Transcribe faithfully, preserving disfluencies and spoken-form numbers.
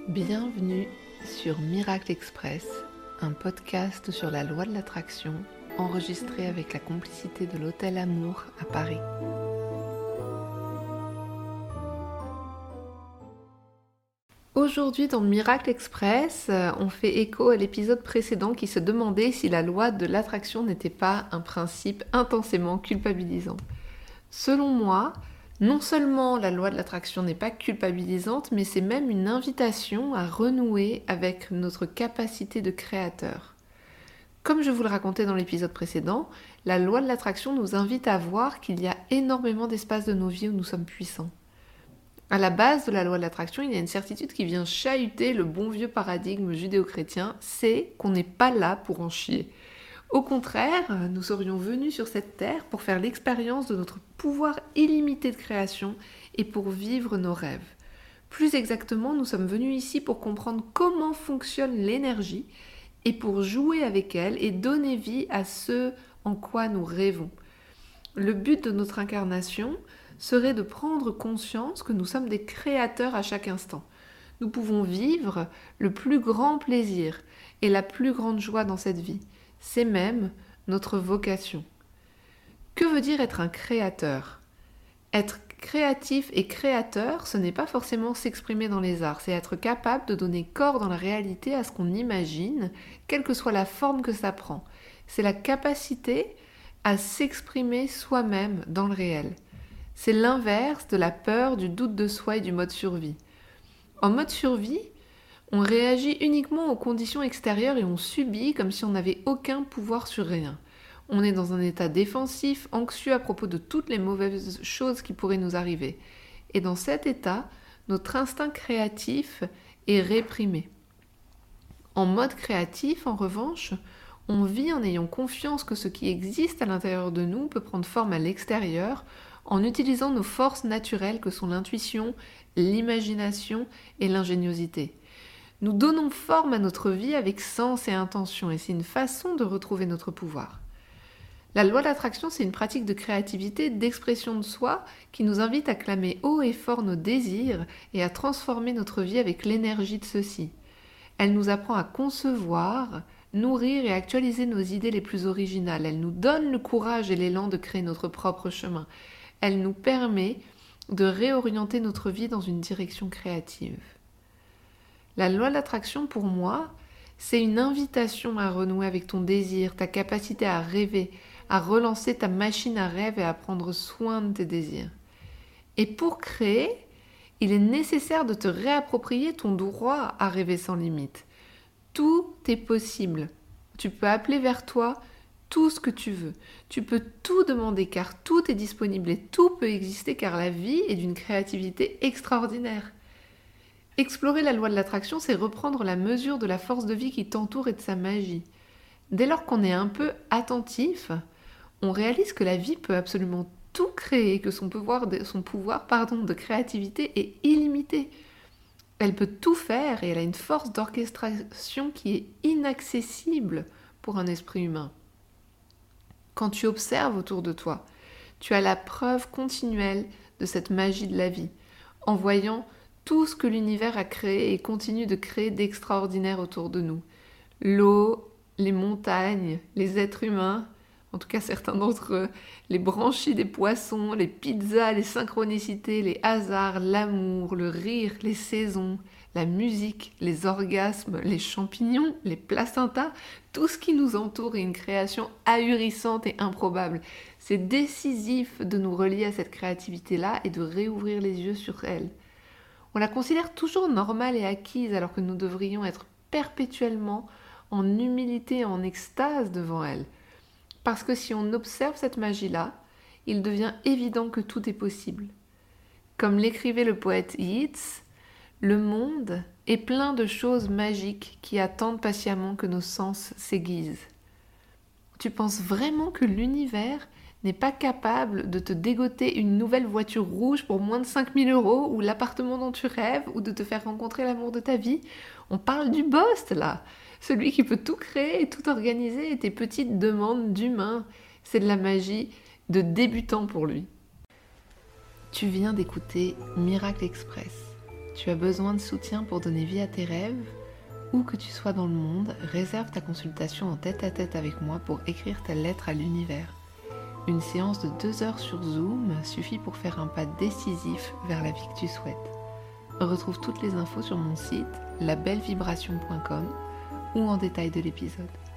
Bienvenue sur Miracle Express, un podcast sur la loi de l'attraction enregistré avec la complicité de l'Hôtel Amour à Paris. Aujourd'hui dans Miracle Express, on fait écho à l'épisode précédent qui se demandait si la loi de l'attraction n'était pas un principe intensément culpabilisant. Selon moi, non seulement la loi de l'attraction n'est pas culpabilisante, mais c'est même une invitation à renouer avec notre capacité de créateur. Comme je vous le racontais dans l'épisode précédent, la loi de l'attraction nous invite à voir qu'il y a énormément d'espaces de nos vies où nous sommes puissants. À la base de la loi de l'attraction, il y a une certitude qui vient chahuter le bon vieux paradigme judéo-chrétien, c'est qu'on n'est pas là pour en chier. Au contraire, nous serions venus sur cette terre pour faire l'expérience de notre pouvoir illimité de création et pour vivre nos rêves. Plus exactement, nous sommes venus ici pour comprendre comment fonctionne l'énergie et pour jouer avec elle et donner vie à ce en quoi nous rêvons. Le but de notre incarnation serait de prendre conscience que nous sommes des créateurs à chaque instant. Nous pouvons vivre le plus grand plaisir et la plus grande joie dans cette vie. C'est même notre vocation. Que veut dire être un créateur ? Être créatif et créateur, ce n'est pas forcément s'exprimer dans les arts, c'est être capable de donner corps dans la réalité à ce qu'on imagine, quelle que soit la forme que ça prend. C'est la capacité à s'exprimer soi-même dans le réel. C'est l'inverse de la peur, du doute de soi et du mode survie. En mode survie, on réagit uniquement aux conditions extérieures et on subit comme si on n'avait aucun pouvoir sur rien. On est dans un état défensif, anxieux à propos de toutes les mauvaises choses qui pourraient nous arriver. Et dans cet état, notre instinct créatif est réprimé. En mode créatif, en revanche, on vit en ayant confiance que ce qui existe à l'intérieur de nous peut prendre forme à l'extérieur en utilisant nos forces naturelles que sont l'intuition, l'imagination et l'ingéniosité. Nous donnons forme à notre vie avec sens et intention et c'est une façon de retrouver notre pouvoir. La loi de l'attraction, c'est une pratique de créativité, d'expression de soi qui nous invite à clamer haut et fort nos désirs et à transformer notre vie avec l'énergie de ceux-ci. Elle nous apprend à concevoir, nourrir et actualiser nos idées les plus originales. Elle nous donne le courage et l'élan de créer notre propre chemin. Elle nous permet de réorienter notre vie dans une direction créative. La loi de l'attraction, pour moi, c'est une invitation à renouer avec ton désir, ta capacité à rêver, à relancer ta machine à rêve et à prendre soin de tes désirs. Et pour créer, il est nécessaire de te réapproprier ton droit à rêver sans limite. Tout est possible. Tu peux appeler vers toi tout ce que tu veux. Tu peux tout demander car tout est disponible et tout peut exister car la vie est d'une créativité extraordinaire. Explorer la loi de l'attraction, c'est reprendre la mesure de la force de vie qui t'entoure et de sa magie. Dès lors qu'on est un peu attentif, on réalise que la vie peut absolument tout créer, que son pouvoir, de, son pouvoir pardon, de créativité est illimité. Elle peut tout faire et elle a une force d'orchestration qui est inaccessible pour un esprit humain. Quand tu observes autour de toi, tu as la preuve continuelle de cette magie de la vie, en voyant tout ce que l'univers a créé et continue de créer d'extraordinaire autour de nous. L'eau, les montagnes, les êtres humains, en tout cas certains d'entre eux, les branchies des poissons, les pizzas, les synchronicités, les hasards, l'amour, le rire, les saisons, la musique, les orgasmes, les champignons, les placentas, tout ce qui nous entoure est une création ahurissante et improbable. C'est décisif de nous relier à cette créativité-là et de réouvrir les yeux sur elle. On la considère toujours normale et acquise alors que nous devrions être perpétuellement en humilité et en extase devant elle. Parce que si on observe cette magie-là, il devient évident que tout est possible. Comme l'écrivait le poète Yeats, le monde est plein de choses magiques qui attendent patiemment que nos sens s'aiguisent. Tu penses vraiment que l'univers n'est pas capable de te dégoter une nouvelle voiture rouge pour moins de cinq mille euros ou l'appartement dont tu rêves ou de te faire rencontrer l'amour de ta vie? On parle du boss là, celui qui peut tout créer et tout organiser et tes petites demandes d'humain. C'est de la magie de débutant pour lui. Tu viens d'écouter Miracle Express. Tu as besoin de soutien pour donner vie à tes rêves? Où que tu sois dans le monde, réserve ta consultation en tête-à-tête avec moi pour écrire ta lettre à l'univers. Une séance de deux heures sur Zoom suffit pour faire un pas décisif vers la vie que tu souhaites. Retrouve toutes les infos sur mon site la belle vibration point com ou en détail de l'épisode.